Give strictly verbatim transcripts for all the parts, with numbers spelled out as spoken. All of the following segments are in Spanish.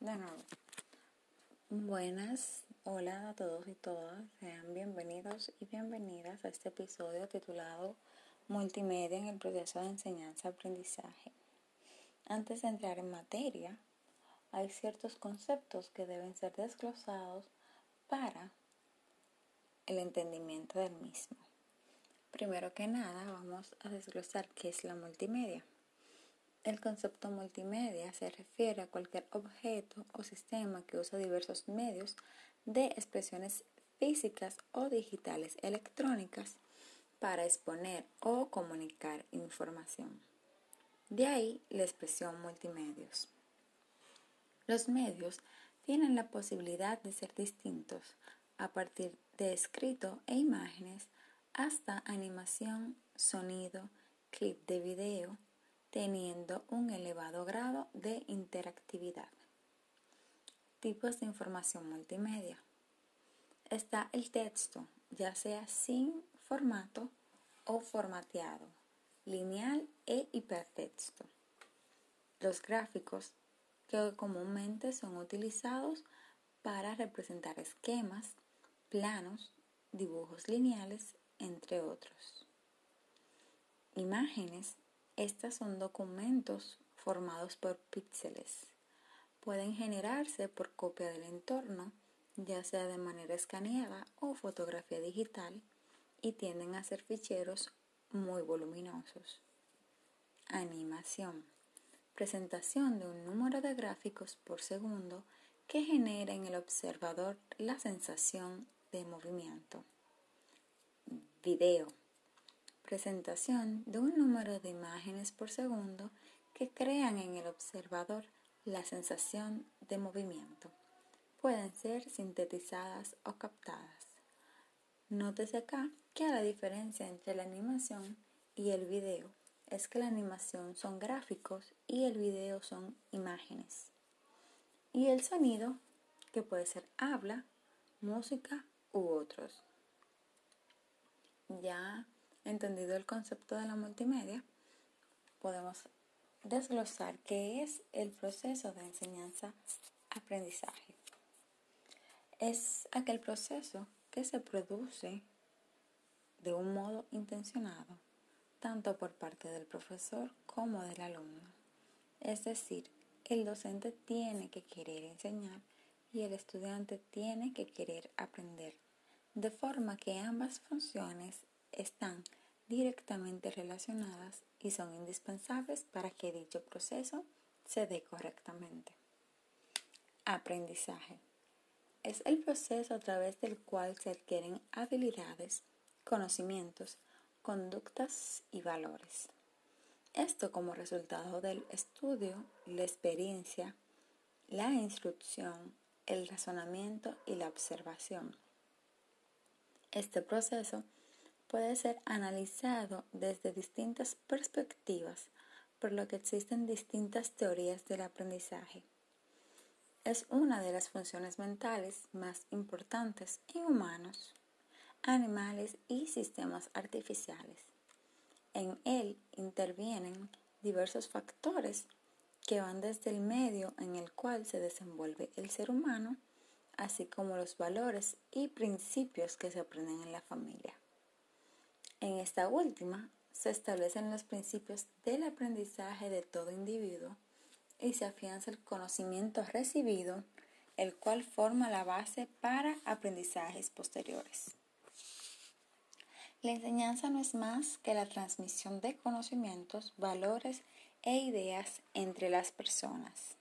De nuevo. Buenas, hola a todos y todas. Sean bienvenidos y bienvenidas a este episodio titulado Multimedia en el proceso de enseñanza-aprendizaje. Antes de entrar en materia, hay ciertos conceptos que deben ser desglosados para el entendimiento del mismo. Primero que nada, vamos a desglosar qué es la multimedia. El concepto multimedia se refiere a cualquier objeto o sistema que usa diversos medios de expresiones físicas o digitales electrónicas para exponer o comunicar información. De ahí la expresión multimedios. Los medios tienen la posibilidad de ser distintos a partir de escrito e imágenes hasta animación, sonido, clip de video, teniendo un elevado grado de interactividad. Tipos de información multimedia. Está el texto, ya sea sin formato o formateado, lineal e hipertexto. Los gráficos, que comúnmente son utilizados para representar esquemas, planos, dibujos lineales, entre otros. Imágenes. Estas son documentos formados por píxeles. Pueden generarse por copia del entorno, ya sea de manera escaneada o fotografía digital, y tienden a ser ficheros muy voluminosos. Animación. Presentación de un número de gráficos por segundo que genera en el observador la sensación de movimiento. Video. Presentación de un número de imágenes por segundo que crean en el observador la sensación de movimiento. Pueden ser sintetizadas o captadas. Nótese acá que la diferencia entre la animación y el video es que la animación son gráficos y el video son imágenes. Y el sonido, que puede ser habla, música u otros. Ya entendido el concepto de la multimedia, podemos desglosar qué es el proceso de enseñanza-aprendizaje. Es aquel proceso que se produce de un modo intencionado, tanto por parte del profesor como del alumno. Es decir, el docente tiene que querer enseñar y el estudiante tiene que querer aprender, de forma que ambas funciones están directamente relacionadas y son indispensables para que dicho proceso se dé correctamente. Aprendizaje. Es el proceso a través del cual se adquieren habilidades, conocimientos, conductas y valores. Esto como resultado del estudio, la experiencia, la instrucción, el razonamiento y la observación. Este proceso puede ser analizado desde distintas perspectivas, por lo que existen distintas teorías del aprendizaje. Es una de las funciones mentales más importantes en humanos, animales y sistemas artificiales. En él intervienen diversos factores que van desde el medio en el cual se desenvuelve el ser humano, así como los valores y principios que se aprenden en la familia. En esta última se establecen los principios del aprendizaje de todo individuo y se afianza el conocimiento recibido, el cual forma la base para aprendizajes posteriores. La enseñanza no es más que la transmisión de conocimientos, valores e ideas entre las personas.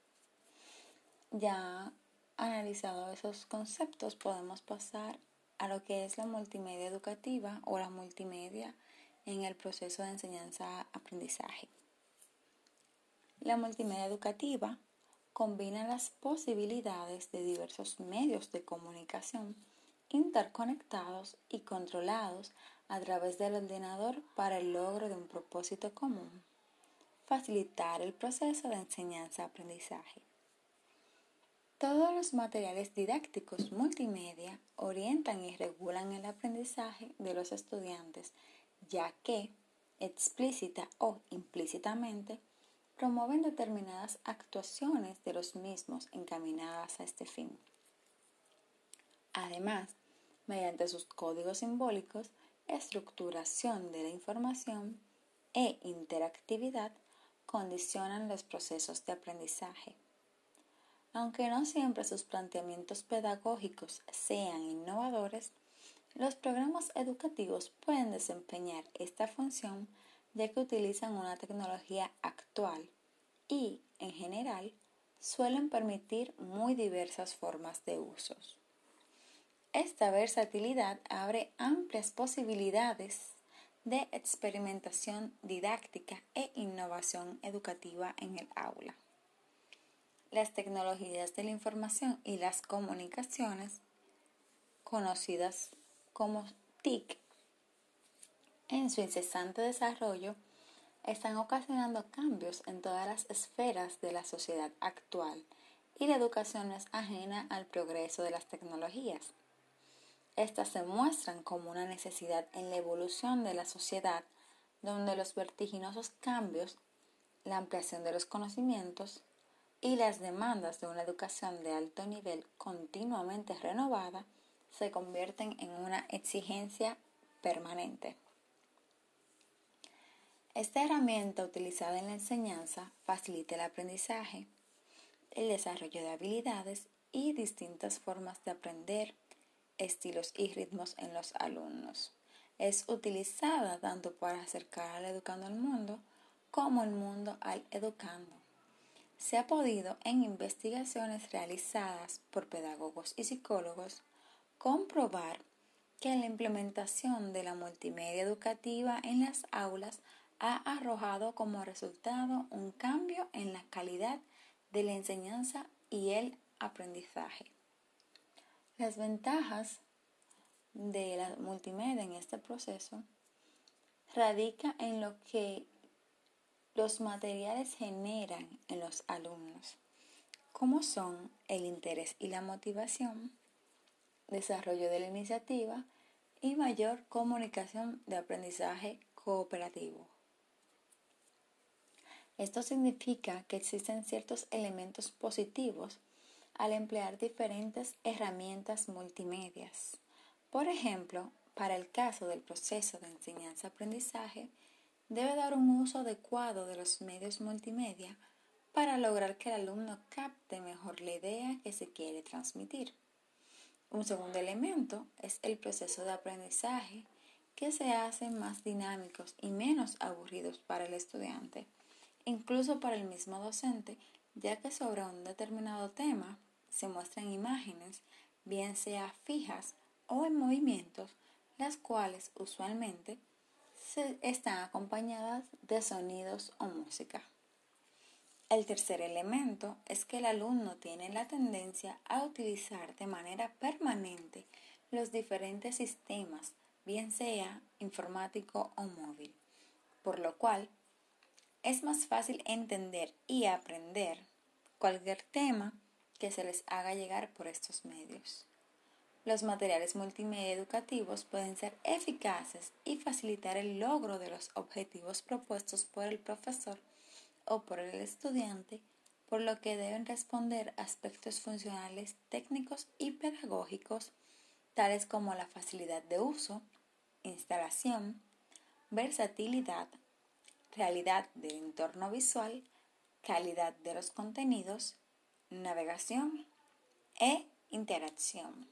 Ya analizado esos conceptos, podemos pasar a lo que es la multimedia educativa o la multimedia en el proceso de enseñanza-aprendizaje. La multimedia educativa combina las posibilidades de diversos medios de comunicación interconectados y controlados a través del ordenador para el logro de un propósito común: facilitar el proceso de enseñanza-aprendizaje. Todos los materiales didácticos multimedia orientan y regulan el aprendizaje de los estudiantes, ya que, explícita o implícitamente, promueven determinadas actuaciones de los mismos encaminadas a este fin. Además, mediante sus códigos simbólicos, estructuración de la información e interactividad, condicionan los procesos de aprendizaje. Aunque no siempre sus planteamientos pedagógicos sean innovadores, los programas educativos pueden desempeñar esta función ya que utilizan una tecnología actual y, en general, suelen permitir muy diversas formas de usos. Esta versatilidad abre amplias posibilidades de experimentación didáctica e innovación educativa en el aula. Las tecnologías de la información y las comunicaciones, conocidas como T I C, en su incesante desarrollo, están ocasionando cambios en todas las esferas de la sociedad actual y la educación no es ajena al progreso de las tecnologías. Estas se muestran como una necesidad en la evolución de la sociedad, donde los vertiginosos cambios, la ampliación de los conocimientos y las demandas de una educación de alto nivel continuamente renovada se convierten en una exigencia permanente. Esta herramienta utilizada en la enseñanza facilita el aprendizaje, el desarrollo de habilidades y distintas formas de aprender, estilos y ritmos en los alumnos. Es utilizada tanto para acercar al educando al mundo como el mundo al educando. Se ha podido, en investigaciones realizadas por pedagogos y psicólogos, comprobar que la implementación de la multimedia educativa en las aulas ha arrojado como resultado un cambio en la calidad de la enseñanza y el aprendizaje. Las ventajas de la multimedia en este proceso radica en lo que los materiales generan en los alumnos, como son el interés y la motivación, desarrollo de la iniciativa y mayor comunicación de aprendizaje cooperativo. Esto significa que existen ciertos elementos positivos al emplear diferentes herramientas multimedias. Por ejemplo, para el caso del proceso de enseñanza-aprendizaje, debe dar un uso adecuado de los medios multimedia para lograr que el alumno capte mejor la idea que se quiere transmitir. Un segundo elemento es el proceso de aprendizaje, que se hace más dinámicos y menos aburridos para el estudiante, incluso para el mismo docente, ya que sobre un determinado tema se muestran imágenes, bien sea fijas o en movimientos, las cuales usualmente se están acompañadas de sonidos o música. El tercer elemento es que el alumno tiene la tendencia a utilizar de manera permanente los diferentes sistemas, bien sea informático o móvil, por lo cual es más fácil entender y aprender cualquier tema que se les haga llegar por estos medios. Los materiales multimedia educativos pueden ser eficaces y facilitar el logro de los objetivos propuestos por el profesor o por el estudiante, por lo que deben responder aspectos funcionales, técnicos y pedagógicos, tales como la facilidad de uso, instalación, versatilidad, realidad del entorno visual, calidad de los contenidos, navegación e interacción.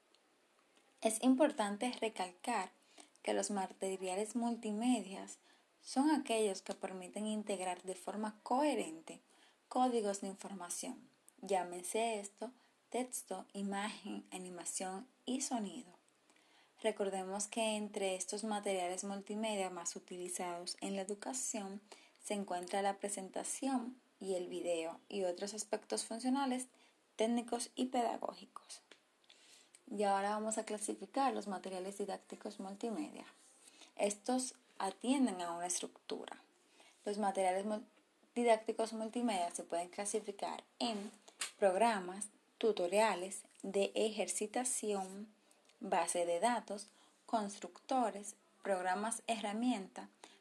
Es importante recalcar que los materiales multimedia son aquellos que permiten integrar de forma coherente códigos de información, llámese esto texto, imagen, animación y sonido. Recordemos que entre estos materiales multimedia más utilizados en la educación se encuentra la presentación y el video y otros aspectos funcionales, técnicos y pedagógicos. Y ahora vamos a clasificar los materiales didácticos multimedia. Estos atienden a una estructura. Los materiales didácticos multimedia se pueden clasificar en programas, tutoriales, de ejercitación, base de datos, constructores, programas herramienta,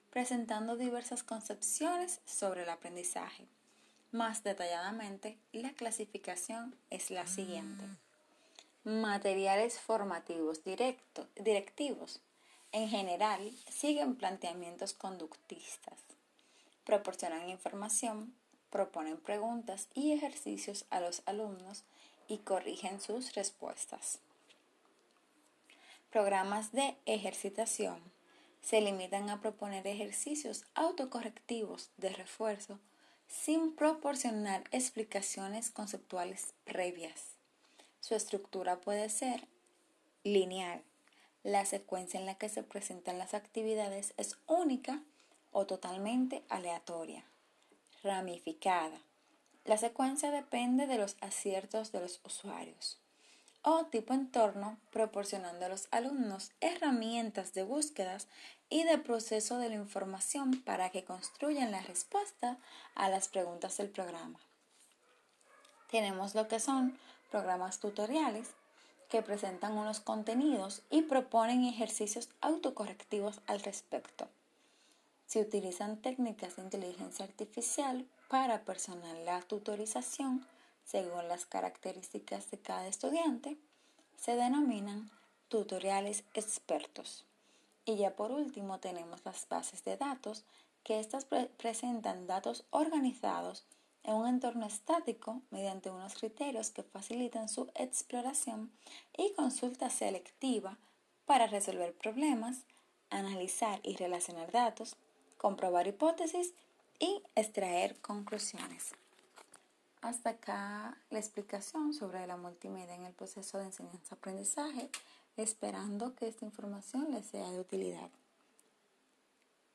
presentando diversas concepciones sobre el aprendizaje. Más detalladamente, la clasificación es la siguiente. Materiales formativos directo, directivos. En general, siguen planteamientos conductistas. Proporcionan información, proponen preguntas y ejercicios a los alumnos y corrigen sus respuestas. Programas de ejercitación. Se limitan a proponer ejercicios autocorrectivos de refuerzo sin proporcionar explicaciones conceptuales previas. Su estructura puede ser lineal. La secuencia en la que se presentan las actividades es única o totalmente aleatoria. Ramificada. La secuencia depende de los aciertos de los usuarios. O tipo entorno, proporcionando a los alumnos herramientas de búsquedas y de proceso de la información para que construyan la respuesta a las preguntas del programa. Tenemos lo que son programas tutoriales que presentan unos contenidos y proponen ejercicios autocorrectivos al respecto. Se utilizan técnicas de inteligencia artificial para personalizar la tutorización según las características de cada estudiante. Se denominan tutoriales expertos. Y ya por último tenemos las bases de datos, que estas pre- presentan datos organizados en un entorno estático mediante unos criterios que facilitan su exploración y consulta selectiva para resolver problemas, analizar y relacionar datos, comprobar hipótesis y extraer conclusiones. Hasta acá la explicación sobre la multimedia en el proceso de enseñanza-aprendizaje, esperando que esta información les sea de utilidad.